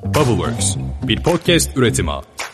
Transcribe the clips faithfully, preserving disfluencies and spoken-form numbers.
Bubbleworks, bir podcast üretimi.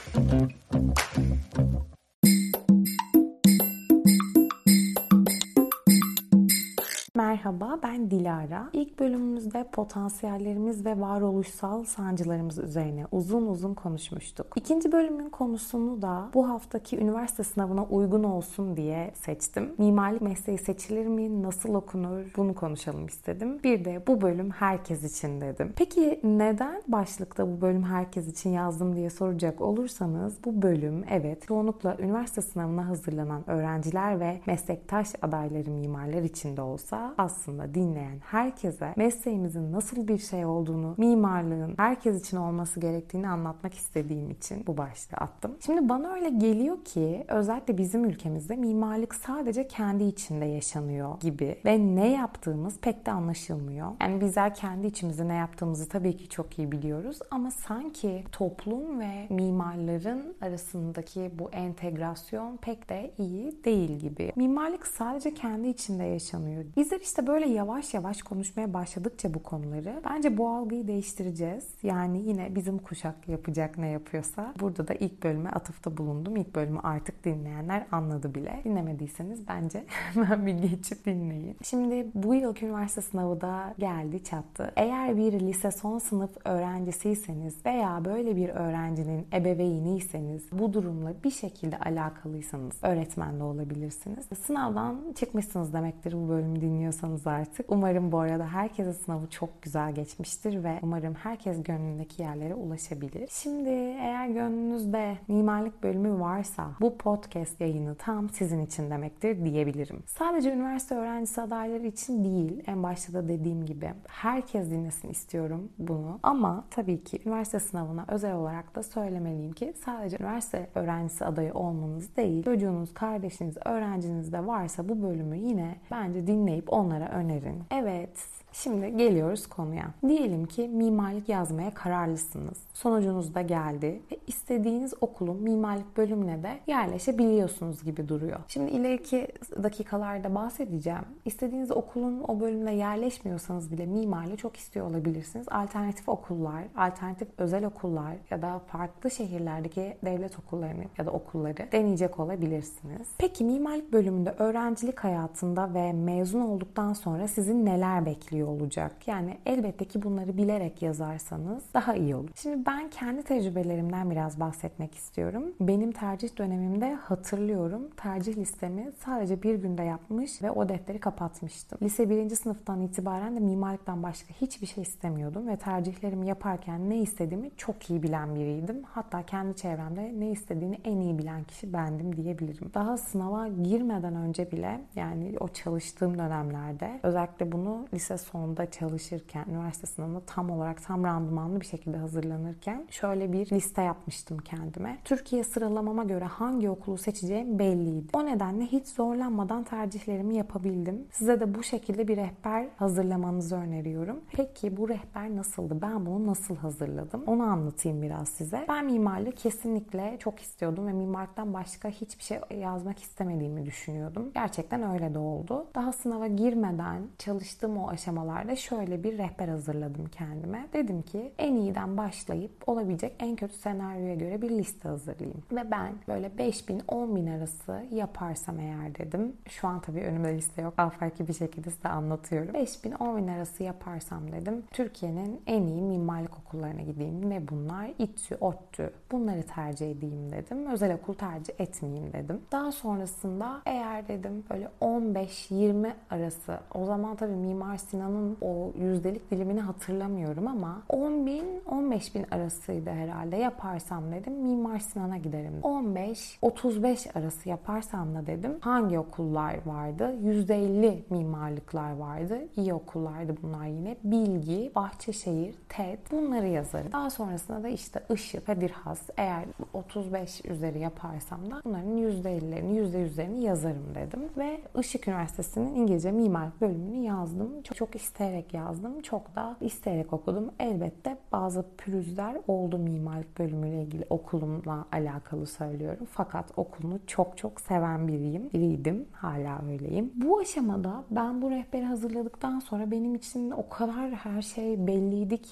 Merhaba, ben Dilara. İlk bölümümüzde potansiyellerimiz ve varoluşsal sancılarımız üzerine uzun uzun konuşmuştuk. İkinci bölümün konusunu da bu haftaki üniversite sınavına uygun olsun diye seçtim. Mimarlık mesleği seçilir mi, nasıl okunur, bunu konuşalım istedim. Bir de bu bölüm herkes için dedim. Peki neden başlıkta bu bölüm herkes için yazdım diye soracak olursanız, bu bölüm evet çoğunlukla üniversite sınavına hazırlanan öğrenciler ve meslektaş adayları mimarlar için de olsa aslında dinleyen herkese mesleğimizin nasıl bir şey olduğunu, mimarlığın herkes için olması gerektiğini anlatmak istediğim için bu başlığı attım. Şimdi bana öyle geliyor ki özellikle bizim ülkemizde mimarlık sadece kendi içinde yaşanıyor gibi ve ne yaptığımız pek de anlaşılmıyor. Yani bizler kendi içimizde ne yaptığımızı tabii ki çok iyi biliyoruz ama sanki toplum ve mimarların arasındaki bu entegrasyon pek de iyi değil gibi. Mimarlık sadece kendi içinde yaşanıyor. Bizler işte böyle yavaş yavaş konuşmaya başladıkça bu konuları bence bu algıyı değiştireceğiz. Yani yine bizim kuşak yapacak ne yapıyorsa. Burada da ilk bölüme atıfta bulundum. İlk bölümü artık dinleyenler anladı bile. Dinlemediyseniz bence hemen bir geçip dinleyin. Şimdi bu yılki üniversite sınavı da geldi çattı. Eğer bir lise son sınıf öğrencisiyseniz veya böyle bir öğrencinin ebeveyniyseniz, bu durumla bir şekilde alakalıysanız öğretmen de olabilirsiniz. Sınavdan çıkmışsınız demektir bu bölümü dinliyorsanız artık. Umarım bu arada herkesin sınavı çok güzel geçmiştir ve umarım herkes gönlündeki yerlere ulaşabilir. Şimdi eğer gönlünüzde mimarlık bölümü varsa bu podcast yayını tam sizin için demektir diyebilirim. Sadece üniversite öğrencisi adayları için değil, en başta da dediğim gibi herkes dinlesin istiyorum bunu. Ama tabii ki üniversite sınavına özel olarak da söylemeliyim ki sadece üniversite öğrencisi adayı olmanız değil, çocuğunuz, kardeşiniz, öğrenciniz de varsa bu bölümü yine bence dinleyip onlara önerin. Evet, şimdi geliyoruz konuya. Diyelim ki mimarlık yazmaya kararlısınız. Sonucunuz da geldi ve istediğiniz okulun mimarlık bölümüne de yerleşebiliyorsunuz gibi duruyor. Şimdi ileriki dakikalarda bahsedeceğim. İstediğiniz okulun o bölümüne yerleşmiyorsanız bile mimarlığı çok istiyor olabilirsiniz. Alternatif okullar, alternatif özel okullar ya da farklı şehirlerdeki devlet okullarını ya da okulları deneyecek olabilirsiniz. Peki mimarlık bölümünde öğrencilik hayatında ve mezun olduktan sonra sizi neler bekliyor olacak? Yani elbette ki bunları bilerek yazarsanız daha iyi olur. Şimdi ben kendi tecrübelerimden biraz bahsetmek istiyorum. Benim tercih dönemimde hatırlıyorum. Tercih listemi sadece bir günde yapmış ve o defteri kapatmıştım. Lise birinci sınıftan itibaren de mimarlıktan başka hiçbir şey istemiyordum ve tercihlerimi yaparken ne istediğimi çok iyi bilen biriydim. Hatta kendi çevremde ne istediğini en iyi bilen kişi bendim diyebilirim. Daha sınava girmeden önce bile, yani o çalıştığım dönemlerde, özellikle bunu lise sonunda çalışırken, üniversite sınavına tam olarak tam randımanlı bir şekilde hazırlanırken şöyle bir liste yapmıştım kendime. Türkiye sıralamama göre hangi okulu seçeceğim belliydi. O nedenle hiç zorlanmadan tercihlerimi yapabildim. Size de bu şekilde bir rehber hazırlamanızı öneriyorum. Peki bu rehber nasıldı? Ben bunu nasıl hazırladım? Onu anlatayım biraz size. Ben mimarlığı kesinlikle çok istiyordum ve mimarlıktan başka hiçbir şey yazmak istemediğimi düşünüyordum. Gerçekten öyle de oldu. Daha sınava girmeden çalıştığım o aşamalarda şöyle bir rehber hazırladım kendime. Dedim ki en iyiden başlayıp olabilecek en kötü senaryoya göre bir liste hazırlayayım. Ve ben böyle beş bin on bin arası yaparsam eğer dedim. Şu an tabii önümde liste yok. Afaki bir şekilde size anlatıyorum. beş bin on bin arası yaparsam dedim. Türkiye'nin en iyi mimarlık okullarına gideyim ve bunlar İTÜ, ODTÜ. Bunları tercih edeyim dedim. Özel okul tercih etmeyeyim dedim. Daha sonrasında eğer dedim böyle on beş yirmi arası, o zaman tabii Mimar Sinan'ın o yüzdelik dilimini hatırlamıyorum ama on bin on beş bin arasıydı herhalde yaparsam dedim Mimar Sinan'a giderim. on beş otuz beş arası yaparsam da dedim hangi okullar vardı? yüzde elli mimarlıklar vardı. İyi okullardı bunlar yine. Bilgi, Bahçeşehir, T E D, bunları yazarım. Daha sonrasında da işte Işık, Kadirhas, eğer otuz beş üzeri yaparsam da bunların yüzde ellilerini, yüzde yüzlerini yazarım dedim. Ve Işık Üniversitesi'nin İngilizce mimarlık bölümünü yazdım. Çok, çok isteyerek yazdım. Çok da isteyerek okudum. Elbette bazı pürüzler oldu mimarlık bölümüyle ilgili, okulumla alakalı söylüyorum. Fakat okulunu çok çok seven biriyim. Biriydim. Hala öyleyim. Bu aşamada ben bu rehberi hazırladıktan sonra benim için o kadar her şey belliydi ki ne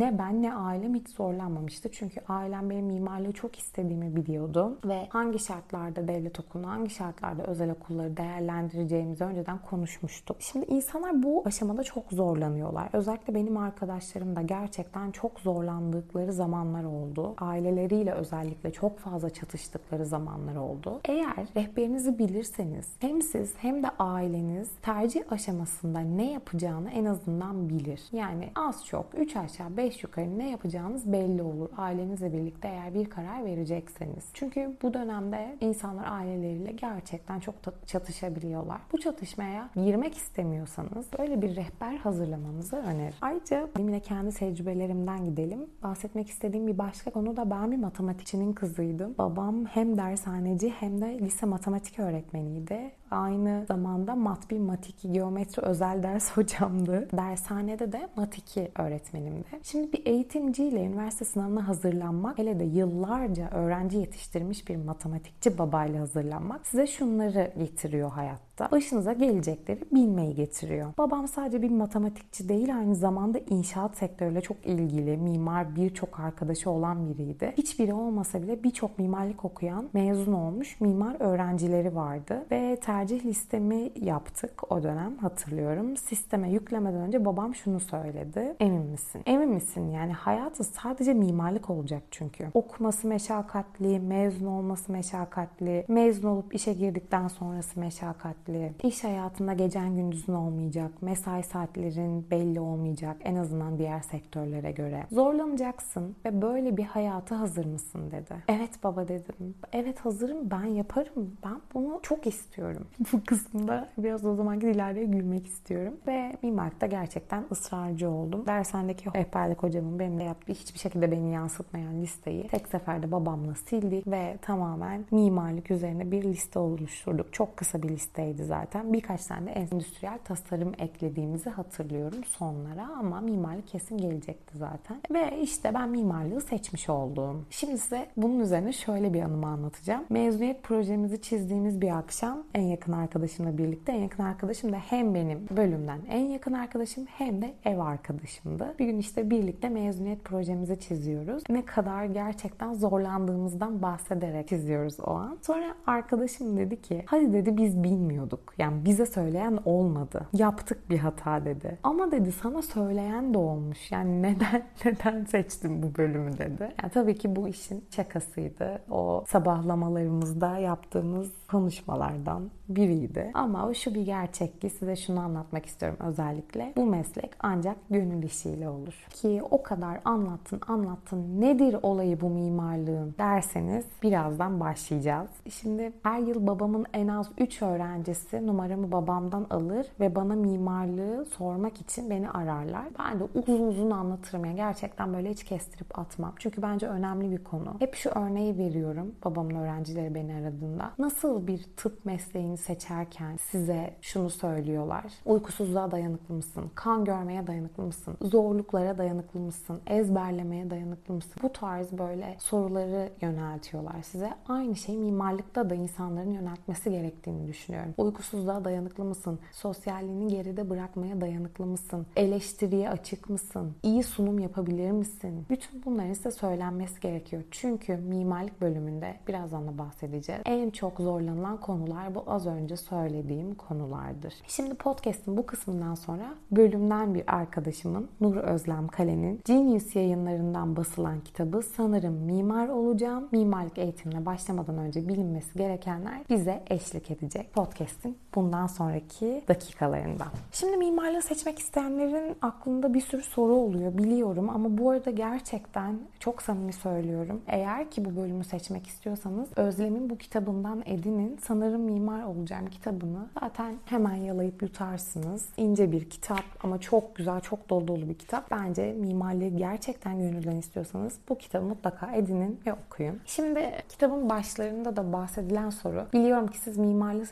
ne ben ne ailem hiç zorlanmamıştı. Çünkü ailem benim mimarlığı çok istediğimi biliyordu ve hangi şartlarda devlet okulunu, hangi şartlarda özel okulları değerlendireceğimizi önceden konuşmuştuk. Şimdi insanlar bu aşamada çok zorlanıyorlar. Özellikle benim arkadaşlarım da gerçekten çok zorlandıkları zamanlar oldu. Aileleriyle özellikle çok fazla çatıştıkları zamanlar oldu. Eğer rehberinizi bilirseniz hem siz hem de aileniz tercih aşamasında ne yapacağını en azından bilir. Yani az çok üç aşağı beş yukarı ne yapacağınız belli olur. Ailenizle birlikte eğer bir karar verecekseniz. Çünkü bu dönemde insanlar aileleriyle gerçekten çok çatışabiliyorlar. Bu çatışmaya girmek istemiyorsanız böyle bir rehber hazırlamanızı öneririm. Ayrıca yine kendi tecrübelerimden gidelim. Bahsetmek istediğim bir başka konu da ben bir matematikçinin kızıydım. Babam hem dershaneci hem de lise matematik öğretmeniydi. Aynı zamanda mat bir, mat iki, geometri özel ders hocamdı. Dershanede de mat iki öğretmenimdi. Şimdi bir eğitimciyle üniversite sınavına hazırlanmak, hele de yıllarca öğrenci yetiştirmiş bir matematikçi babayla hazırlanmak size şunları getiriyor hayatta. Başınıza gelecekleri bilmeyi getiriyor. Babam sadece bir matematikçi değil, aynı zamanda inşaat sektörüyle çok ilgili, mimar birçok arkadaşı olan biriydi. Hiçbiri olmasa bile birçok mimarlık okuyan, mezun olmuş mimar öğrencileri vardı ve tercih listemi yaptık o dönem, hatırlıyorum. Sisteme yüklemeden önce babam şunu söyledi. Emin misin? Emin misin? Yani hayatı sadece mimarlık olacak çünkü. Okuması meşakkatli, mezun olması meşakkatli, mezun olup işe girdikten sonrası meşakkatli. İş hayatında gecen gündüzün olmayacak, mesai saatlerin belli olmayacak en azından diğer sektörlere göre. Zorlanacaksın ve böyle bir hayata hazır mısın dedi. Evet baba dedim. Evet hazırım, ben yaparım. Ben bunu çok istiyorum. Bu kısımda biraz o zamanki Dilara'ya gülmek istiyorum. Ve mimarlıkta gerçekten ısrarcı oldum. Dershanedeki rehberlik hocamın benimle yaptığı hiçbir şekilde beni yansıtmayan listeyi tek seferde babamla sildik ve tamamen mimarlık üzerine bir liste oluşturduk. Çok kısa bir listeydi zaten. Birkaç tane de endüstriyel tasarım eklediğimizi hatırlıyorum sonlara ama mimarlık kesin gelecekti zaten. Ve işte ben mimarlığı seçmiş oldum. Şimdi size bunun üzerine şöyle bir anımı anlatacağım. Mezuniyet projemizi çizdiğimiz bir akşam en yakın arkadaşımla birlikte, en yakın arkadaşım da hem benim bölümden en yakın arkadaşım hem de ev arkadaşımdı. Bir gün işte birlikte mezuniyet projemizi çiziyoruz. Ne kadar gerçekten zorlandığımızdan bahsederek çiziyoruz o an. Sonra arkadaşım dedi ki hadi dedi biz bilmiyorduk. Yani bize söyleyen olmadı. Yaptık bir hata dedi. Ama dedi sana söyleyen de olmuş. Yani neden neden seçtin bu bölümü dedi. Yani tabii ki bu işin şakasıydı. O sabahlamalarımızda yaptığımız konuşmalardan biriydi. Ama şu bir gerçek ki size şunu anlatmak istiyorum özellikle. Bu meslek ancak gönül işiyle olur. Ki o kadar anlattın anlattın nedir olayı bu mimarlığın derseniz birazdan başlayacağız. Şimdi her yıl babamın en az üç öğrencisi numaramı babamdan alır ve bana mimarlığı sormak için beni ararlar. Ben de uzun uzun anlatırım. Yani gerçekten böyle hiç kestirip atmam. Çünkü bence önemli bir konu. Hep şu örneği veriyorum babamın öğrencileri beni aradığında. Nasıl bir tıp mesleğini seçerken size şunu söylüyorlar. Uykusuzluğa dayanıklı mısın? Kan görmeye dayanıklı mısın? Zorluklara dayanıklı mısın? Ezberlemeye dayanıklı mısın? Bu tarz böyle soruları yöneltiyorlar size. Aynı şey mimarlıkta da insanların yöneltmesi gerektiğini düşünüyorum. Uykusuzluğa dayanıklı mısın? Sosyalliğini geride bırakmaya dayanıklı mısın? Eleştiriye açık mısın? İyi sunum yapabilir misin? Bütün bunların size söylenmesi gerekiyor. Çünkü mimarlık bölümünde birazdan da bahsedeceğiz. En çok zorlanılan konular bu az önce söylediğim konulardır. Şimdi podcast'ın bu kısmından sonra bölümden bir arkadaşımın Nur Özlem Kale'nin Genius yayınlarından basılan kitabı Sanırım Mimar Olacağım. Mimarlık eğitimine başlamadan önce bilinmesi gerekenler bize eşlik edecek podcast'in bundan sonraki dakikalarından. Şimdi mimarlığı seçmek isteyenlerin aklında bir sürü soru oluyor biliyorum ama bu arada gerçekten çok samimi söylüyorum. Eğer ki bu bölümü seçmek istiyorsanız Özlem'in bu kitabından edinin. Sanırım Mimar Olacağım kitabını zaten hemen yalayıp yutarsınız. İnce bir kitap ama çok güzel, çok dolu dolu bir kitap. Bence mimarlığı gerçekten gönülden istiyorsanız bu kitabı mutlaka edinin ve okuyun. Şimdi kitabın başlarında da bahsedilen soru. Biliyorum ki siz mimarlığı seçerken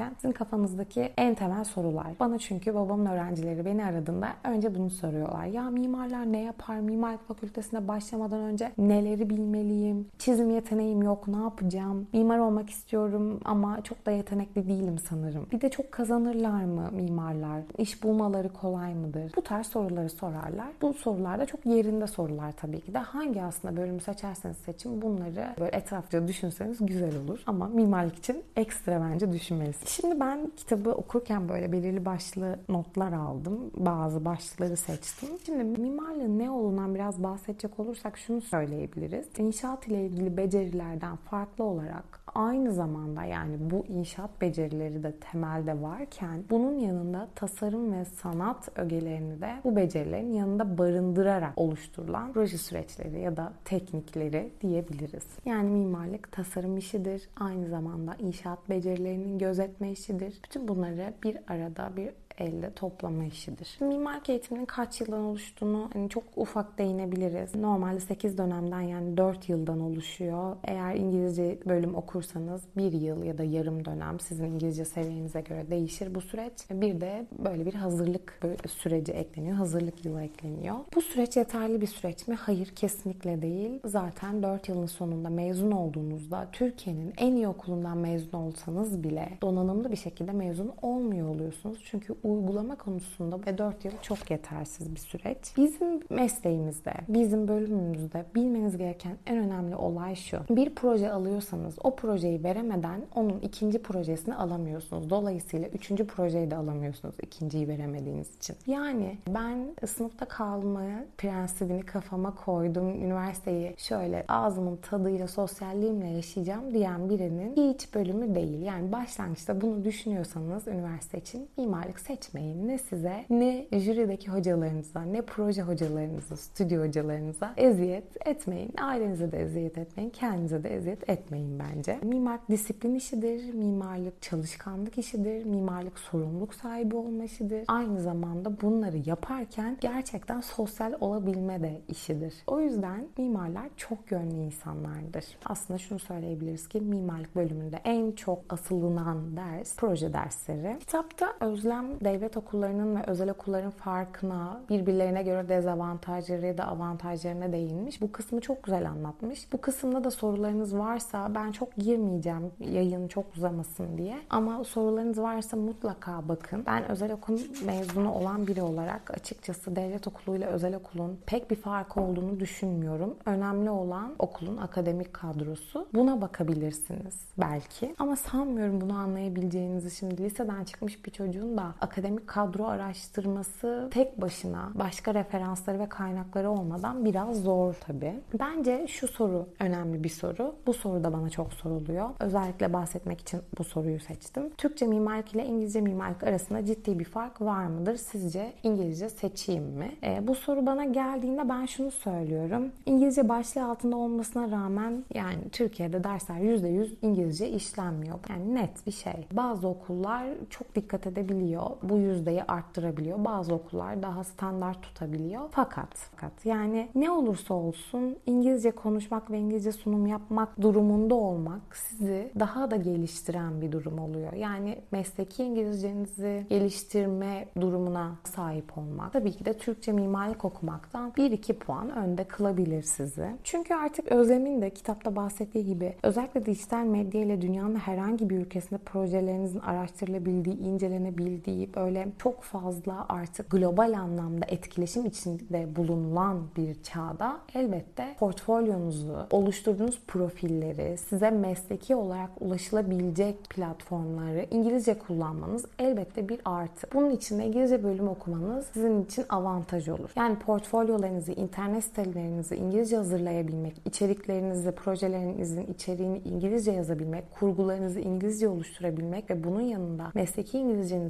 gereken sizin kafanızdaki en temel sorular. Bana çünkü babamın öğrencileri beni aradığında önce bunu soruyorlar. Ya mimarlar ne yapar? Mimarlık fakültesine başlamadan önce neleri bilmeliyim? Çizim yeteneğim yok, ne yapacağım? Mimar olmak istiyorum ama çok da yetenekli değilim sanırım. Bir de çok kazanırlar mı mimarlar? İş bulmaları kolay mıdır? Bu tarz soruları sorarlar. Bu sorular da çok yerinde sorular tabii ki de. Hangi aslında bölümü seçerseniz seçin bunları böyle etraflıca düşünseniz güzel olur. Ama mimarlık için ekstra bence düşünmelisiniz. Şimdi ben kitabı okurken böyle belirli başlı notlar aldım. Bazı başlıkları seçtim. Şimdi mimarlığın ne olduğundan biraz bahsedecek olursak şunu söyleyebiliriz. İnşaat ile ilgili becerilerden farklı olarak aynı zamanda yani bu inşaat becerileri de temelde varken bunun yanında tasarım ve sanat ögelerini de bu becerilerin yanında barındırarak oluşturulan proje süreçleri ya da teknikleri diyebiliriz. Yani mimarlık tasarım işidir. Aynı zamanda inşaat becerilerinin gözetme işidir. Bütün bunları bir arada bir elde toplama işidir. Mimarlık eğitiminin kaç yıldan oluştuğunu hani çok ufak değinebiliriz. Normalde sekiz dönemden yani dört yıldan oluşuyor. Eğer İngilizce bölüm okursanız bir yıl ya da yarım dönem sizin İngilizce seviyenize göre değişir bu süreç. Bir de böyle bir hazırlık süreci ekleniyor. Hazırlık yılı ekleniyor. Bu süreç yeterli bir süreç mi? Hayır, kesinlikle değil. Zaten dört yılın sonunda mezun olduğunuzda Türkiye'nin en iyi okulundan mezun olsanız bile donanımlı bir şekilde mezun olmuyor oluyorsunuz. Çünkü uygulama konusunda ve dört yıl çok yetersiz bir süreç. Bizim mesleğimizde, bizim bölümümüzde bilmeniz gereken en önemli olay şu. Bir proje alıyorsanız o projeyi veremeden onun ikinci projesini alamıyorsunuz. Dolayısıyla üçüncü projeyi de alamıyorsunuz ikinciyi veremediğiniz için. Yani ben sınıfta kalmaya prensibini kafama koydum. Üniversiteyi şöyle ağzımın tadıyla, sosyalliğimle yaşayacağım diyen birinin hiç bölümü değil. Yani başlangıçta bunu düşünüyorsanız üniversite için mimarlık seçmeyin. Ne size, ne jürideki hocalarınıza, ne proje hocalarınıza, stüdyo hocalarınıza eziyet etmeyin. Ailenize de eziyet etmeyin. Kendinize de eziyet etmeyin bence. Mimarlık disiplin işidir. Mimarlık çalışkanlık işidir. Mimarlık sorumluluk sahibi olma işidir. Aynı zamanda bunları yaparken gerçekten sosyal olabilme de işidir. O yüzden mimarlar çok yönlü insanlardır. Aslında şunu söyleyebiliriz ki mimarlık bölümünde en çok asılınan ders proje dersleri. Kitapta Özlem devlet okullarının ve özel okulların farkına, birbirlerine göre dezavantajları ya da avantajlarına değinmiş. Bu kısmı çok güzel anlatmış. Bu kısımda da sorularınız varsa ben çok girmeyeceğim yayın çok uzamasın diye. Ama sorularınız varsa mutlaka bakın. Ben özel okul mezunu olan biri olarak açıkçası devlet okuluyla özel okulun pek bir farkı olduğunu düşünmüyorum. Önemli olan okulun akademik kadrosu. Buna bakabilirsiniz belki. Ama sanmıyorum bunu anlayabileceğinizi. Şimdi liseden çıkmış bir çocuğun da akademik kadro araştırması tek başına başka referansları ve kaynakları olmadan biraz zor tabii. Bence şu soru önemli bir soru. Bu soru da bana çok soruluyor. Özellikle bahsetmek için bu soruyu seçtim. Türkçe mimarlık ile İngilizce mimarlık arasında ciddi bir fark var mıdır? Sizce İngilizce seçeyim mi? E, bu soru bana geldiğinde ben şunu söylüyorum. İngilizce başlığı altında olmasına rağmen yani Türkiye'de dersler yüzde yüz İngilizce işlenmiyor. Yani net bir şey. Bazı okullar çok dikkat edebiliyor. Bu yüzdeyi arttırabiliyor. Bazı okullar daha standart tutabiliyor. Fakat, fakat yani ne olursa olsun İngilizce konuşmak ve İngilizce sunum yapmak durumunda olmak sizi daha da geliştiren bir durum oluyor. Yani mesleki İngilizcenizi geliştirme durumuna sahip olmak. Tabii ki de Türkçe mimarlık okumaktan bir iki puan önde kılabilir sizi. Çünkü artık Özlem'in de kitapta bahsettiği gibi özellikle dijital medya ile dünyanın herhangi bir ülkesinde projelerinizin araştırılabildiği, incelenebildiği, böyle çok fazla artık global anlamda etkileşim içinde bulunulan bir çağda elbette portfolyonuzu, oluşturduğunuz profilleri, size mesleki olarak ulaşılabilecek platformları İngilizce kullanmanız elbette bir artı. Bunun için de İngilizce bölüm okumanız sizin için avantaj olur. Yani portfolyolarınızı, internet sitelerinizi İngilizce hazırlayabilmek, içeriklerinizi, projelerinizin içeriğini İngilizce yazabilmek, kurgularınızı İngilizce oluşturabilmek ve bunun yanında mesleki İngilizcenizin gelişmesi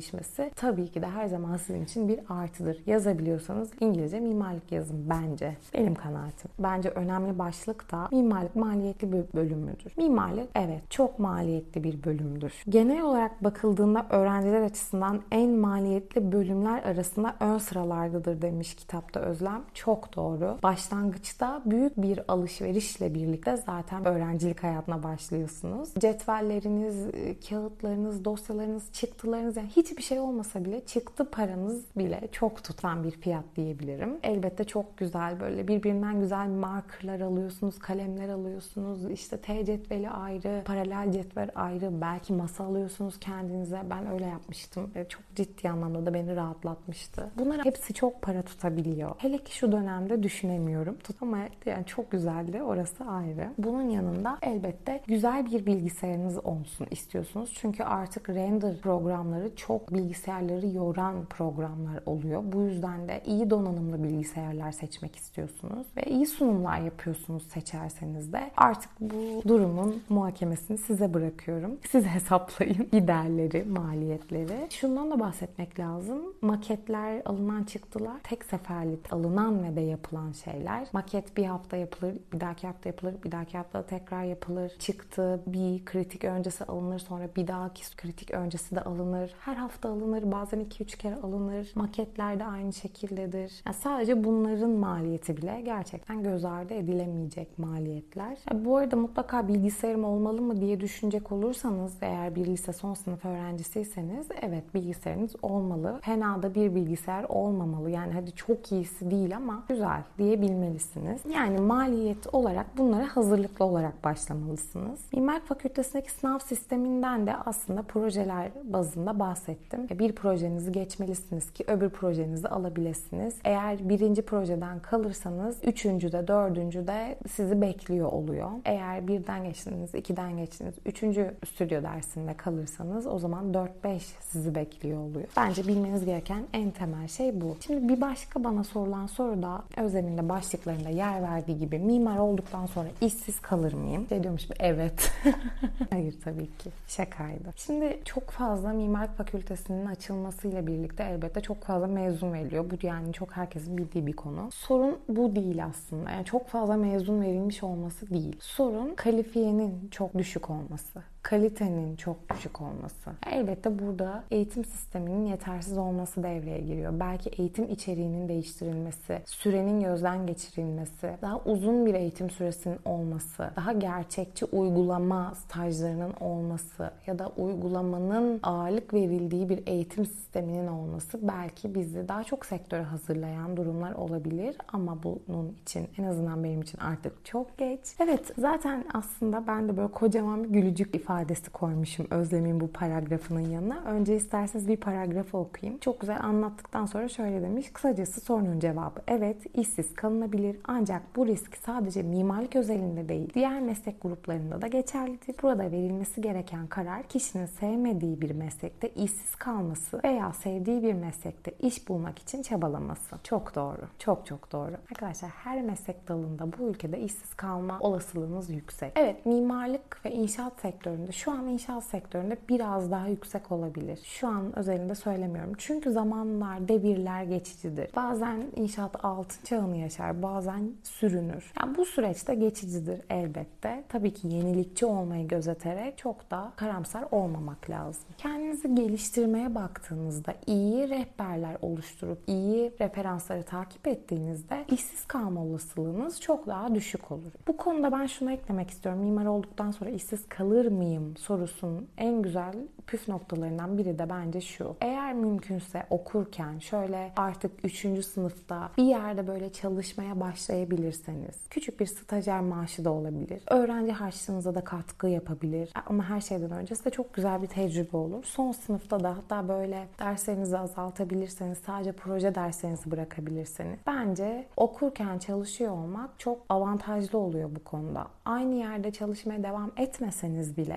gelişmesi tabii ki de her zaman sizin için bir artıdır. Yazabiliyorsanız İngilizce mimarlık yazın bence. Benim kanaatim. Bence önemli başlık da mimarlık maliyetli bir bölüm müdür? Mimarlık evet çok maliyetli bir bölümdür. Genel olarak bakıldığında öğrenciler açısından en maliyetli bölümler arasında ön sıralardadır demiş kitapta Özlem. Çok doğru. Başlangıçta büyük bir alışverişle birlikte zaten öğrencilik hayatına başlıyorsunuz. Cetvelleriniz, kağıtlarınız, dosyalarınız, çıktılarınız, yani hiçbir şey olmasa bile çıktı paranız bile çok tutan bir fiyat diyebilirim. Elbette çok güzel, böyle birbirinden güzel markerlar alıyorsunuz, kalemler alıyorsunuz, işte T cetveli ayrı, paralel cetvel ayrı, belki masa alıyorsunuz kendinize. Ben öyle yapmıştım. Çok ciddi anlamda da beni rahatlatmıştı. Bunlar hepsi çok para tutabiliyor. Hele ki şu dönemde düşünemiyorum. Tut ama yani çok güzeldi. Orası ayrı. Bunun yanında elbette güzel bir bilgisayarınız olsun istiyorsunuz. Çünkü artık render programları çok bilgisayarları yoran programlar oluyor. Bu yüzden de iyi donanımlı bilgisayarlar seçmek istiyorsunuz ve iyi sunumlar yapıyorsunuz seçerseniz de. Artık bu durumun muhakemesini size bırakıyorum. Siz hesaplayın giderleri, maliyetleri. Şundan da bahsetmek lazım. Maketler, alınan çıktılar tek seferlik alınan ve de yapılan şeyler. Maket bir hafta yapılır, bir dahaki hafta yapılır, bir dahaki hafta tekrar yapılır. Çıktı bir kritik öncesi alınır, sonra bir dahaki kritik öncesi de alınır. Her hafta alınır, bazen iki üç kere alınır. Maketler de aynı şekildedir. Yani sadece bunların maliyeti bile gerçekten göz ardı edilemeyecek maliyetler. Yani bu arada mutlaka bilgisayarım olmalı mı diye düşünecek olursanız, eğer bir lise son sınıf öğrencisiyseniz evet bilgisayarınız olmalı. Fena da bir bilgisayar olmamalı. Yani hadi çok iyisi değil ama güzel diyebilmelisiniz. Yani maliyet olarak bunlara hazırlıklı olarak başlamalısınız. Mimarlık Fakültesindeki sınav sisteminden de aslında projeler bazında bahsettim. Bir projenizi geçmelisiniz ki öbür projenizi alabilirsiniz. Eğer birinci projeden kalırsanız üçüncüde, dördüncüde sizi bekliyor oluyor. Eğer birden geçtiniz, ikiden geçtiniz, üçüncü stüdyo dersinde kalırsanız o zaman dört beş sizi bekliyor oluyor. Bence bilmeniz gereken en temel şey bu. Şimdi bir başka bana sorulan soru da Özlem'in de başlıklarında yer verdiği gibi mimar olduktan sonra işsiz kalır mıyım? Şey diyormuş evet. Hayır tabii ki. Şakaydı. Şimdi çok fazla mimarlık fakültesinin açılmasıyla birlikte elbette çok fazla mezun veriliyor. Bu yani çok herkesin bildiği bir konu. Sorun bu değil aslında. Yani çok fazla mezun verilmiş olması değil. Sorun kalifiyenin çok düşük olması. Kalitenin çok düşük olması. Elbette burada eğitim sisteminin yetersiz olması devreye giriyor. Belki eğitim içeriğinin değiştirilmesi, sürenin gözden geçirilmesi, daha uzun bir eğitim süresinin olması, daha gerçekçi uygulama stajlarının olması ya da uygulamanın ağırlık verildiği bir eğitim sisteminin olması belki bizi daha çok sektöre hazırlayan durumlar olabilir ama bunun için en azından benim için artık çok geç. Evet, zaten aslında ben de böyle kocaman bir gülücük ifade ifadesi koymuşum Özlem'in bu paragrafının yanına. Önce isterseniz bir paragrafı okuyayım. Çok güzel anlattıktan sonra şöyle demiş. Kısacası sorunun cevabı evet, işsiz kalınabilir ancak bu risk sadece mimarlık özelinde değil, diğer meslek gruplarında da geçerlidir. Burada verilmesi gereken karar kişinin sevmediği bir meslekte işsiz kalması veya sevdiği bir meslekte iş bulmak için çabalaması. Çok doğru. Çok çok doğru. Arkadaşlar her meslek dalında bu ülkede işsiz kalma olasılığınız yüksek. Evet, mimarlık ve inşaat sektöründe, şu an inşaat sektöründe biraz daha yüksek olabilir. Şu an özelinde söylemiyorum. Çünkü zamanlar, devirler geçicidir. Bazen inşaat altın çağını yaşar, bazen sürünür. Yani bu süreçte geçicidir elbette. Tabii ki yenilikçi olmayı gözeterek çok da karamsar olmamak lazım. Kendinizi geliştirmeye baktığınızda iyi rehberler oluşturup iyi referansları takip ettiğinizde işsiz kalma olasılığınız çok daha düşük olur. Bu konuda ben şunu eklemek istiyorum. Mimar olduktan sonra işsiz kalır mıyım sorusunun en güzel püf noktalarından biri de bence şu. Eğer mümkünse okurken şöyle artık üçüncü sınıfta bir yerde böyle çalışmaya başlayabilirseniz, küçük bir stajyer maaşı da olabilir. Öğrenci harçlığınıza da katkı yapabilir. Ama her şeyden öncesi de çok güzel bir tecrübe olur. Son sınıfta da hatta böyle derslerinizi azaltabilirseniz, sadece proje derslerinizi bırakabilirseniz, bence okurken çalışıyor olmak çok avantajlı oluyor bu konuda. Aynı yerde çalışmaya devam etmeseniz bile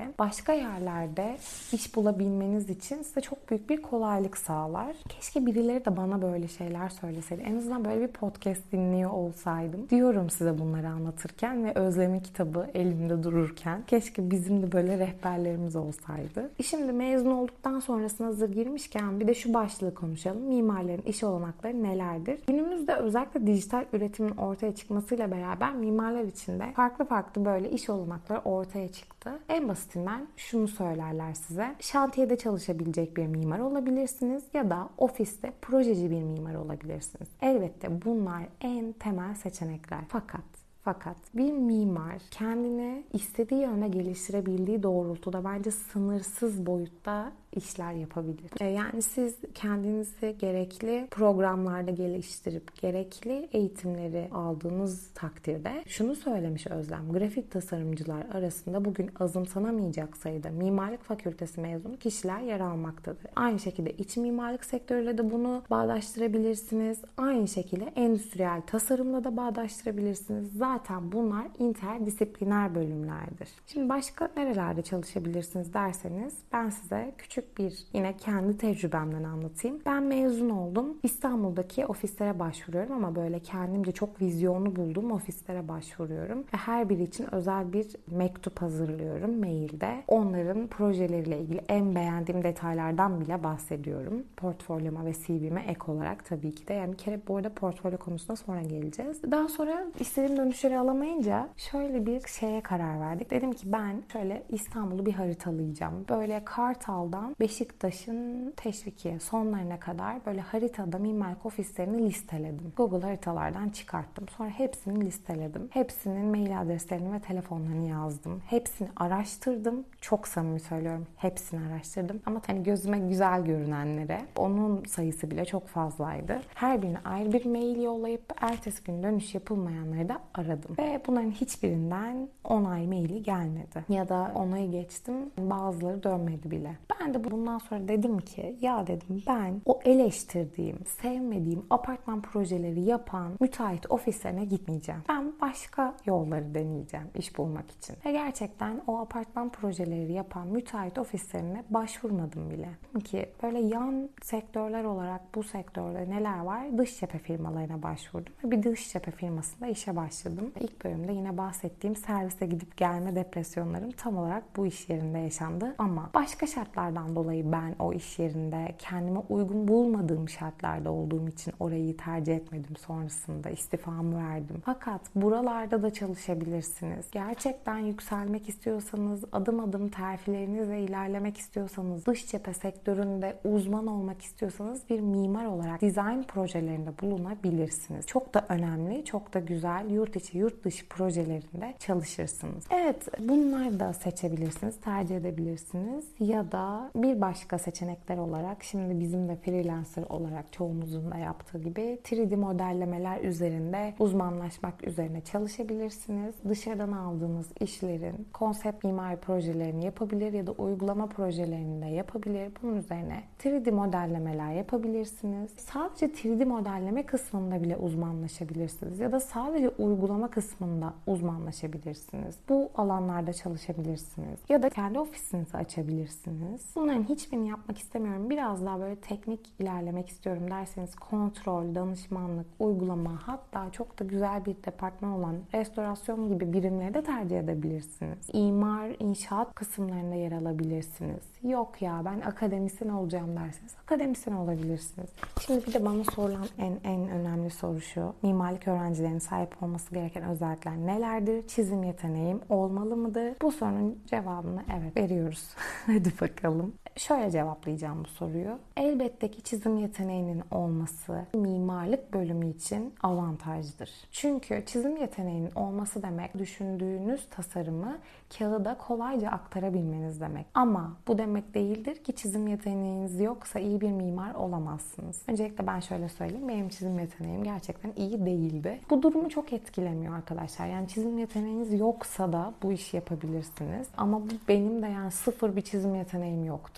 başka yerlerde iş bulabilmeniz için size çok büyük bir kolaylık sağlar. Keşke birileri de bana böyle şeyler söyleseydi. En azından böyle bir podcast dinliyor olsaydım. Diyorum size bunları anlatırken ve Özlem'in kitabı elimde dururken. Keşke bizim de böyle rehberlerimiz olsaydı. Şimdi mezun olduktan sonrasına hazır girmişken bir de şu başlığı konuşalım. Mimarların iş olanakları nelerdir? Günümüzde özellikle dijital üretimin ortaya çıkmasıyla beraber mimarlar için de farklı farklı böyle iş olanakları ortaya çıktı. En basitinden şunu söylerler size. Şantiyede çalışabilecek bir mimar olabilirsiniz ya da ofiste projeci bir mimar olabilirsiniz. Elbette bunlar en temel seçenekler. Fakat Fakat bir mimar kendini istediği yöne geliştirebildiği doğrultuda bence sınırsız boyutta işler yapabilir. Yani siz kendinizi gerekli programlarda geliştirip gerekli eğitimleri aldığınız takdirde şunu söylemiş Özlem, grafik tasarımcılar arasında bugün azımsanamayacak sayıda mimarlık fakültesi mezunu kişiler yer almaktadır. Aynı şekilde iç mimarlık sektörüyle de bunu bağdaştırabilirsiniz. Aynı şekilde endüstriyel tasarımla da bağdaştırabilirsiniz. Zaten bunlar interdisipliner bölümlerdir. Şimdi başka nerelerde çalışabilirsiniz derseniz ben size küçük bir yine kendi tecrübemden anlatayım. Ben mezun oldum. İstanbul'daki ofislere başvuruyorum ama böyle kendimce çok vizyonlu bulduğum ofislere başvuruyorum. Ve her biri için özel bir mektup hazırlıyorum mailde. Onların projeleriyle ilgili en beğendiğim detaylardan bile bahsediyorum. Portfolyoma ve C V'me ek olarak tabii ki de. Yani bir kere bu arada portfolyo konusuna sonra geleceğiz. Daha sonra istediğim dönüşleri alamayınca şöyle bir şeye karar verdik. Dedim ki ben şöyle İstanbul'u bir haritalayacağım. Böyle Kartal'dan Beşiktaş'ın Teşvikiye sonlarına kadar böyle haritada mimarlık ofislerini listeledim. Google haritalardan çıkarttım. Sonra hepsini listeledim. Hepsinin mail adreslerini ve telefonlarını yazdım. Hepsini araştırdım. Çok samimi söylüyorum. Hepsini araştırdım. Ama hani gözüme güzel görünenlere onun sayısı bile çok fazlaydı. Her birine ayrı bir mail yollayıp ertesi gün dönüş yapılmayanları da aradım. Ve bunların hiçbirinden onay maili gelmedi. Ya da onayı geçtim. Bazıları dönmedi bile. Ben de bundan sonra dedim ki ya dedim ben o eleştirdiğim, sevmediğim apartman projeleri yapan müteahhit ofislerine gitmeyeceğim. Ben başka yolları deneyeceğim iş bulmak için. Ve gerçekten o apartman projeleri yapan müteahhit ofislerine başvurmadım bile. Ki böyle yan sektörler olarak bu sektörde neler var? Dış cephe firmalarına başvurdum. Ve bir dış cephe firmasında işe başladım. İlk bölümde yine bahsettiğim servise gidip gelme depresyonlarım tam olarak bu iş yerinde yaşandı. Ama başka şartlardan dolayı ben o iş yerinde kendime uygun bulmadığım şartlarda olduğum için orayı tercih etmedim. Sonrasında istifamı verdim. Fakat buralarda da çalışabilirsiniz. Gerçekten yükselmek istiyorsanız, adım adım terfilerinizle ilerlemek istiyorsanız, dış cephe sektöründe uzman olmak istiyorsanız bir mimar olarak dizayn projelerinde bulunabilirsiniz. Çok da önemli, çok da güzel yurt içi, yurt dışı projelerinde çalışırsınız. Evet, bunları da seçebilirsiniz, tercih edebilirsiniz ya da bir başka seçenekler olarak şimdi bizim de freelancer olarak çoğumuzun da yaptığı gibi üç D modellemeler üzerinde uzmanlaşmak üzerine çalışabilirsiniz. Dışarıdan aldığınız işlerin konsept mimari projelerini yapabilir ya da uygulama projelerini de yapabilir. Bunun üzerine üç D modellemeler yapabilirsiniz. Sadece üç D modelleme kısmında bile uzmanlaşabilirsiniz ya da sadece uygulama kısmında uzmanlaşabilirsiniz. Bu alanlarda çalışabilirsiniz ya da kendi ofisinizi açabilirsiniz. Bunların hiçbirini yapmak istemiyorum. Biraz daha böyle teknik ilerlemek istiyorum derseniz kontrol, danışmanlık, uygulama, hatta çok da güzel bir departman olan restorasyon gibi birimleri de tercih edebilirsiniz. İmar, inşaat kısımlarında yer alabilirsiniz. Yok ya ben akademisyen olacağım derseniz akademisyen olabilirsiniz. Şimdi bir de bana sorulan en en önemli soru şu. Mimarlık öğrencilerinin sahip olması gereken özellikler nelerdir? Çizim yeteneğim olmalı mıdır? Bu sorunun cevabını evet veriyoruz. Hadi bakalım. Şöyle cevaplayacağım bu soruyu. Elbette ki çizim yeteneğinin olması mimarlık bölümü için avantajdır. Çünkü çizim yeteneğinin olması demek düşündüğünüz tasarımı kağıda kolayca aktarabilmeniz demek. Ama bu demek değildir ki çizim yeteneğiniz yoksa iyi bir mimar olamazsınız. Öncelikle ben şöyle söyleyeyim. Benim çizim yeteneğim gerçekten iyi değildi. Bu durumu çok etkilemiyor arkadaşlar. Yani çizim yeteneğiniz yoksa da bu işi yapabilirsiniz. Ama bu benim de yani sıfır bir çizim yeteneğim yoktu.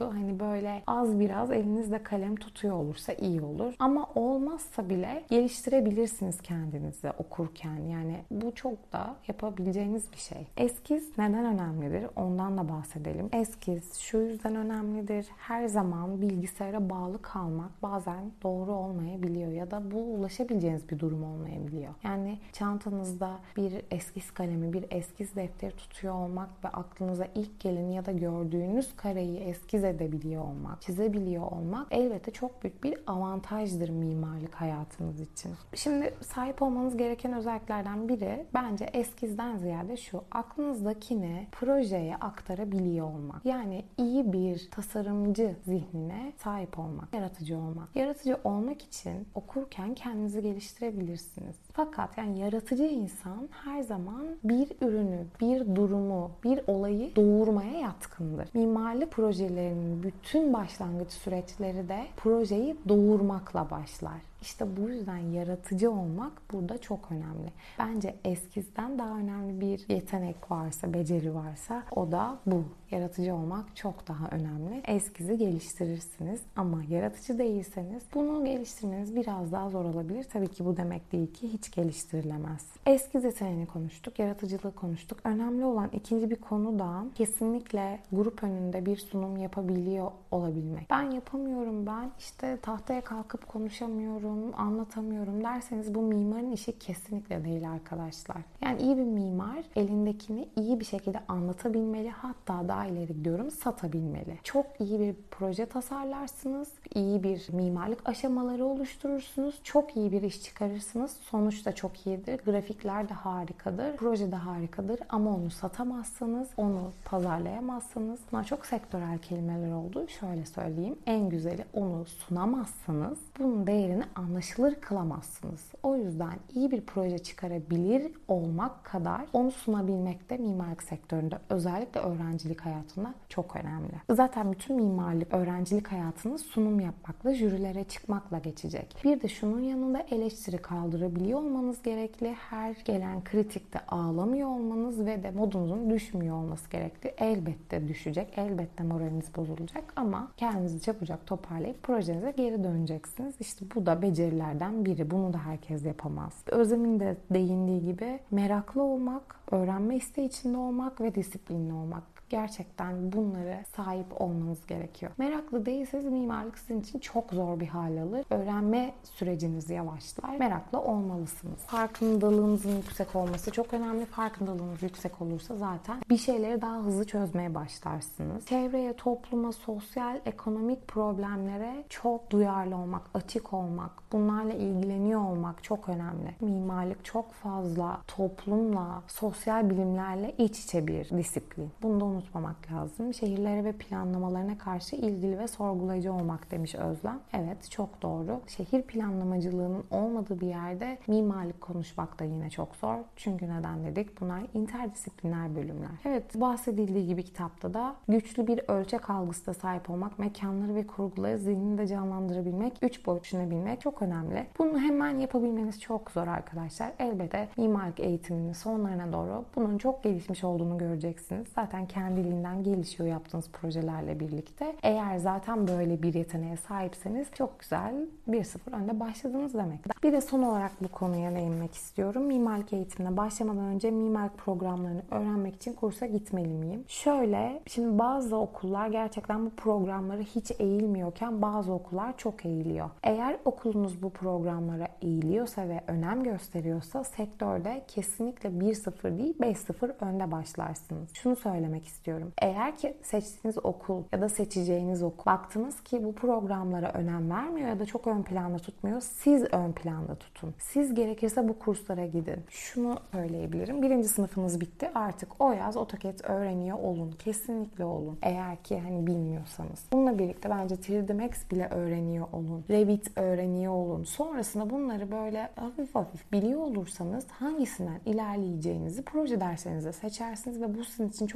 olurdu. Hani böyle az biraz elinizde kalem tutuyor olursa iyi olur. Ama olmazsa bile geliştirebilirsiniz kendinizi okurken. Yani bu çok da yapabileceğiniz bir şey. Eskiz neden önemlidir? Ondan da bahsedelim. Eskiz şu yüzden önemlidir. Her zaman bilgisayara bağlı kalmak bazen doğru olmayabiliyor ya da bu ulaşabileceğiniz bir durum olmayabiliyor. Yani çantanızda bir eskiz kalemi, bir eskiz defteri tutuyor olmak ve aklınıza ilk geleni ya da gördüğünüz kareyi eskiz edebiliyor olmak, çizebiliyor olmak elbette çok büyük bir avantajdır mimarlık hayatınız için. Şimdi sahip olmanız gereken özelliklerden biri bence eskizden ziyade şu: aklınızdakini projeye aktarabiliyor olmak. Yani iyi bir tasarımcı zihnine sahip olmak, yaratıcı olmak. Yaratıcı olmak için okurken kendinizi geliştirebilirsiniz. Fakat yani yaratıcı insan her zaman bir ürünü, bir durumu, bir olayı doğurmaya yatkındır. Mimarlık projelerinin bütün başlangıç süreçleri de projeyi doğurmakla başlar. İşte bu yüzden yaratıcı olmak burada çok önemli. Bence eskizden daha önemli bir yetenek varsa, beceri varsa o da bu. Yaratıcı olmak çok daha önemli. Eskizi geliştirirsiniz ama yaratıcı değilseniz bunu geliştirmeniz biraz daha zor olabilir. Tabii ki bu demek değil ki hiç geliştirilemez. Eskiz yeteneğini konuştuk, yaratıcılığı konuştuk. Önemli olan ikinci bir konu da kesinlikle grup önünde bir sunum yapabiliyor olabilmek. Ben yapamıyorum, ben işte tahtaya kalkıp konuşamıyorum, anlatamıyorum derseniz bu mimarın işi kesinlikle değil arkadaşlar. Yani iyi bir mimar elindekini iyi bir şekilde anlatabilmeli, hatta daha ileri gidiyorum satabilmeli. Çok iyi bir proje tasarlarsınız, iyi bir mimarlık aşamaları oluşturursunuz, çok iyi bir iş çıkarırsınız. Sonuç da çok iyidir, grafikler de harikadır, proje de harikadır ama onu satamazsanız, onu pazarlayamazsanız, bunlar çok sektörel kelimeler oldu. Şöyle söyleyeyim, en güzeli onu sunamazsanız bunun değerini anlaşılır kılamazsınız. O yüzden iyi bir proje çıkarabilir olmak kadar onu sunabilmek de mimarlık sektöründe, özellikle öğrencilik hayatında çok önemli. Zaten bütün mimarlık öğrencilik hayatını sunum yapmakla, jürilere çıkmakla geçecek. Bir de şunun yanında eleştiri kaldırabiliyor olmanız gerekli. Her gelen kritikte ağlamıyor olmanız ve de modunuzun düşmüyor olması gerekli. Elbette düşecek, elbette moraliniz bozulacak ama kendinizi çabucak toparlayıp projenize geri döneceksiniz. İşte bu da becerilerden biri. Bunu da herkes yapamaz. Özlem'in de değindiği gibi meraklı olmak, öğrenme isteği içinde olmak ve disiplinli olmak. Gerçekten bunlara sahip olmanız gerekiyor. Meraklı değilseniz mimarlık sizin için çok zor bir hal alır. Öğrenme süreciniz yavaşlar. Meraklı olmalısınız. Farkındalığınızın yüksek olması çok önemli. Farkındalığınız yüksek olursa zaten bir şeyleri daha hızlı çözmeye başlarsınız. Çevreye, topluma, sosyal, ekonomik problemlere çok duyarlı olmak, açık olmak, bunlarla ilgileniyor olmak çok önemli. Mimarlık çok fazla toplumla, sosyal bilimlerle iç içe bir disiplin. Bunu da unutmamak lazım. Şehirlere ve planlamalarına karşı ilgili ve sorgulayıcı olmak demiş Özlem. Evet, çok doğru. Şehir planlamacılığının olmadığı bir yerde mimarlık konuşmak da yine çok zor. Çünkü neden dedik? Bunlar interdisipliner bölümler. Evet, bahsedildiği gibi kitapta da güçlü bir ölçek algısına sahip olmak, mekanları ve kurguları zihninde canlandırabilmek, üç boyut düşünebilmek çok önemli. Bunu hemen yapabilmeniz çok zor arkadaşlar. Elbette mimarlık eğitiminin sonlarına doğru bunun çok gelişmiş olduğunu göreceksiniz. Zaten kendiliğinden gelişiyor yaptığınız projelerle birlikte. Eğer zaten böyle bir yeteneğe sahipseniz çok güzel bir sıfır önde başladınız demek. Bir de son olarak bu konuya değinmek istiyorum. Mimarlık eğitimine başlamadan önce mimarlık programlarını öğrenmek için kursa gitmeli miyim? Şöyle, şimdi bazı okullar gerçekten bu programları hiç eğilmiyorken bazı okullar çok eğiliyor. Eğer okulunuz bu programlara eğiliyorsa ve önem gösteriyorsa sektörde kesinlikle bir sıfır değil beş sıfır önde başlarsınız. Şunu söylemek istiyorum. Eğer ki seçtiğiniz okul ya da seçeceğiniz okul baktınız ki bu programlara önem vermiyor ya da çok ön planda tutmuyor, siz ön planda tutun. Siz gerekirse bu kurslara gidin. Şunu söyleyebilirim. Birinci sınıfınız bitti. Artık o yaz AutoCAD öğreniyor olun. Kesinlikle olun. Eğer ki hani bilmiyorsanız. Bununla birlikte bence üç D Max bile öğreniyor olun. Revit öğreniyor olun. Sonrasında bunları böyle hafif hafif biliyor olursanız hangisinden ilerleyeceğinizi proje derslerinize seçersiniz ve bu sizin için çok kolay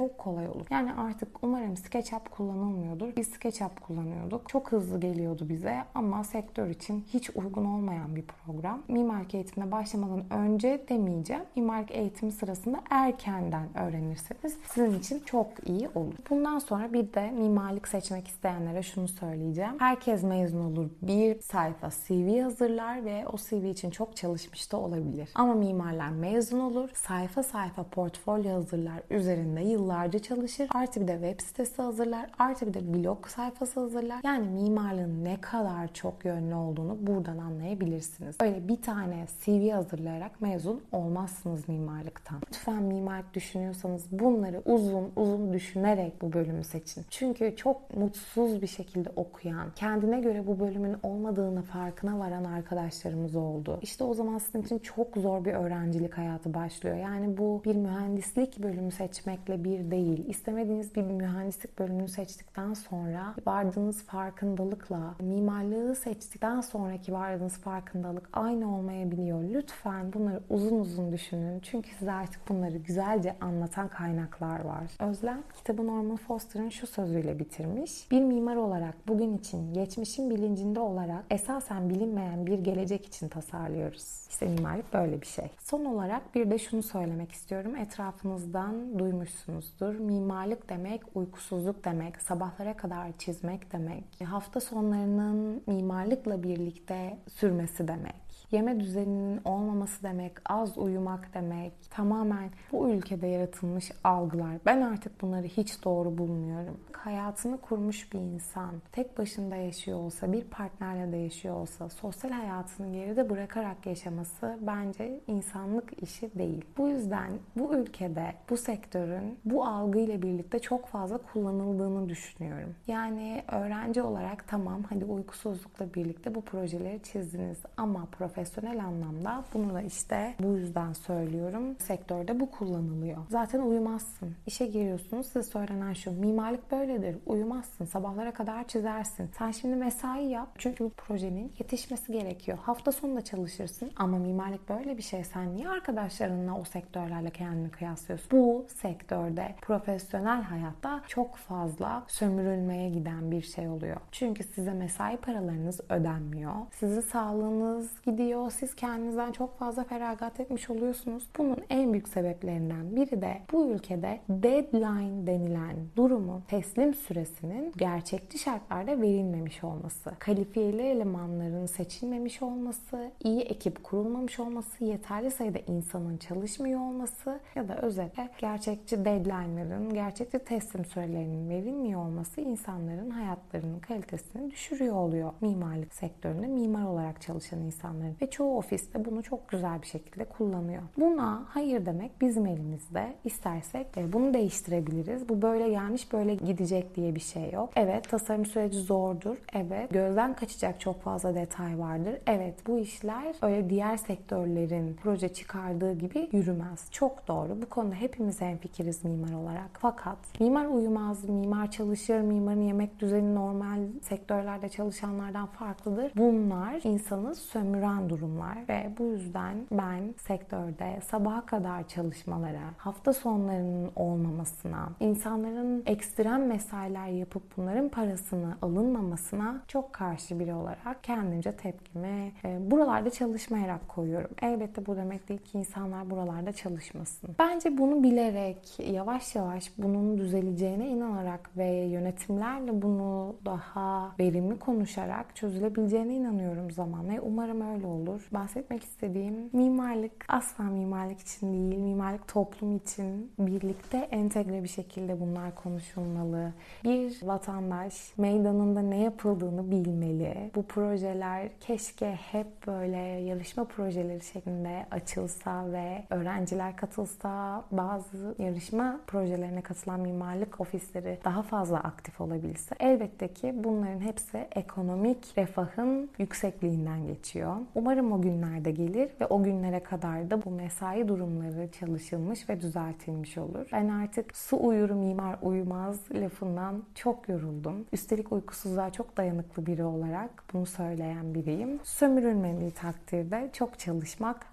olur. Yani artık umarım SketchUp kullanılmıyordur. Biz SketchUp kullanıyorduk. Çok hızlı geliyordu bize ama sektör için hiç uygun olmayan bir program. Mimarlık eğitimine başlamadan önce demeyeceğim. Mimarlık eğitimi sırasında erkenden öğrenirseniz sizin için çok iyi olur. Bundan sonra bir de mimarlık seçmek isteyenlere şunu söyleyeceğim. Herkes mezun olur. Bir sayfa C V hazırlar ve o C V için çok çalışmış da olabilir. Ama mimarlar mezun olur. Sayfa sayfa portfolyo hazırlar. Üzerinde yıllarca çalışır. Artı bir de web sitesi hazırlar. Artı bir de blog sayfası hazırlar. Yani mimarlığın ne kadar çok yönlü olduğunu buradan anlayabilirsiniz. Öyle bir tane C V hazırlayarak mezun olmazsınız mimarlıktan. Lütfen mimarlık düşünüyorsanız bunları uzun uzun düşünerek bu bölümü seçin. Çünkü çok mutsuz bir şekilde okuyan, kendine göre bu bölümün olmadığını farkına varan arkadaşlarımız oldu. İşte o zaman sizin için çok zor bir öğrencilik hayatı başlıyor. Yani bu bir mühendislik bölümü seçmekle bir değil. İstemediğiniz bir mühendislik bölümünü seçtikten sonra vardığınız farkındalıkla mimarlığı seçtikten sonraki vardığınız farkındalık aynı olmayabiliyor. Lütfen bunları uzun uzun düşünün. Çünkü size artık bunları güzelce anlatan kaynaklar var. Özlem kitabı Norman Foster'ın şu sözüyle bitirmiş. Bir mimar olarak bugün için geçmişin bilincinde olarak esasen bilinmeyen bir gelecek için tasarlıyoruz. İşte mimarlık böyle bir şey. Son olarak bir de şunu söylemek istiyorum. Etrafınızdan duymuşsunuzdur. Mimarlık demek uykusuzluk demek, sabahlara kadar çizmek demek, hafta sonlarının mimarlıkla birlikte sürmesi demek. Yeme düzeninin olmaması demek, az uyumak demek, tamamen bu ülkede yaratılmış algılar. Ben artık bunları hiç doğru bulmuyorum. Hayatını kurmuş bir insan, tek başında yaşıyor olsa, bir partnerle de yaşıyor olsa, sosyal hayatını geride bırakarak yaşaması bence insanlık işi değil. Bu yüzden bu ülkede, bu sektörün bu algıyla birlikte çok fazla kullanıldığını düşünüyorum. Yani öğrenci olarak tamam hadi uykusuzlukla birlikte bu projeleri çizdiniz ama profesyonel anlamda bunu da işte bu yüzden söylüyorum. Sektörde bu kullanılıyor. Zaten uyumazsın. İşe giriyorsunuz, size söylenen şu: mimarlık böyledir. Uyumazsın. Sabahlara kadar çizersin. Sen şimdi mesai yap. Çünkü bu projenin yetişmesi gerekiyor. Hafta sonu da çalışırsın. Ama mimarlık böyle bir şey. Sen niye arkadaşlarınla o sektörlerle kendini kıyaslıyorsun? Bu sektörde, profesyonel hayatta çok fazla sömürülmeye giden bir şey oluyor. Çünkü size mesai paralarınız ödenmiyor. Sizin sağlığınız gidiyor. Siz kendinizden çok fazla feragat etmiş oluyorsunuz. Bunun en büyük sebeplerinden biri de bu ülkede deadline denilen durumun, teslim süresinin gerçekçi şartlarda verilmemiş olması, kalifiyeli elemanların seçilmemiş olması, iyi ekip kurulmamış olması, yeterli sayıda insanın çalışmıyor olması ya da özetle gerçekçi deadline'ların, gerçekçi teslim sürelerinin verilmiyor olması insanların hayatlarının kalitesini düşürüyor oluyor. Mimarlık sektöründe mimar olarak çalışan insanların ve çoğu ofiste bunu çok güzel bir şekilde kullanıyor. Buna hayır demek bizim elimizde. İstersek bunu değiştirebiliriz. Bu böyle gelmiş böyle gidecek diye bir şey yok. Evet, tasarım süreci zordur. Evet, gözden kaçacak çok fazla detay vardır. Evet, bu işler öyle diğer sektörlerin proje çıkardığı gibi yürümez. Çok doğru. Bu konuda hepimiz hemfikiriz mimar olarak. Fakat mimar uyumaz, mimar çalışır, mimarın yemek düzeni normal sektörlerde çalışanlardan farklıdır. Bunlar insanı sömüren durumlar ve bu yüzden ben sektörde sabaha kadar çalışmalara, hafta sonlarının olmamasına, insanların ekstrem mesailer yapıp bunların parasını alınmamasına çok karşı biri olarak kendimce tepkimi e, buralarda çalışmayarak koyuyorum. Elbette bu demek değil ki insanlar buralarda çalışmasın. Bence bunu bilerek, yavaş yavaş bunun düzeleceğine inanarak ve yönetimlerle bunu daha verimli konuşarak çözülebileceğine inanıyorum zamanla. Umarım öyle olur. Bahsetmek istediğim mimarlık asla mimarlık için değil, mimarlık toplum için birlikte entegre bir şekilde bunlar konuşulmalı. Bir vatandaş meydanında ne yapıldığını bilmeli. Bu projeler keşke hep böyle yarışma projeleri şeklinde açılsa ve öğrenciler katılsa, bazı yarışma projelerine katılan mimarlık ofisleri daha fazla aktif olabilse. Elbette ki bunların hepsi ekonomik refahın yüksekliğinden geçiyor. Umarım o günlerde gelir ve o günlere kadar da bu mesai durumları çalışılmış ve düzeltilmiş olur. Ben artık su uyur mimar uyumaz lafından çok yoruldum. Üstelik uykusuzluğa çok dayanıklı biri olarak bunu söyleyen biriyim. Sömürülmediği takdirde çok çalışmak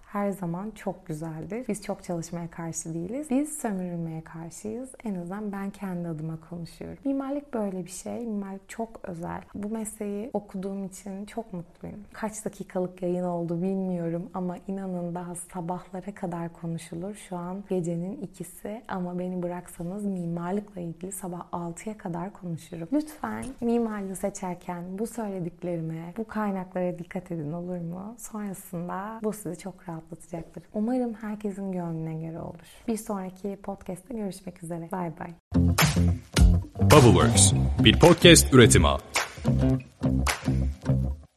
her zaman çok güzeldir. Biz çok çalışmaya karşı değiliz. Biz sömürülmeye karşıyız. En azından ben kendi adıma konuşuyorum. Mimarlık böyle bir şey. Mimarlık çok özel. Bu mesleği okuduğum için çok mutluyum. Kaç dakikalık yayın oldu bilmiyorum ama inanın daha sabahlara kadar konuşulur. Şu an gecenin ikisi ama beni bıraksanız mimarlıkla ilgili sabah altıya kadar konuşurum. Lütfen mimarlığı seçerken bu söylediklerime, bu kaynaklara dikkat edin, olur mu? Sonrasında bu sizi çok rahatlatacaktır. Umarım herkesin gönlüne göre olur. Bir sonraki podcast'te görüşmek üzere. Bay bay. Bubbleworks bir podcast üretimi.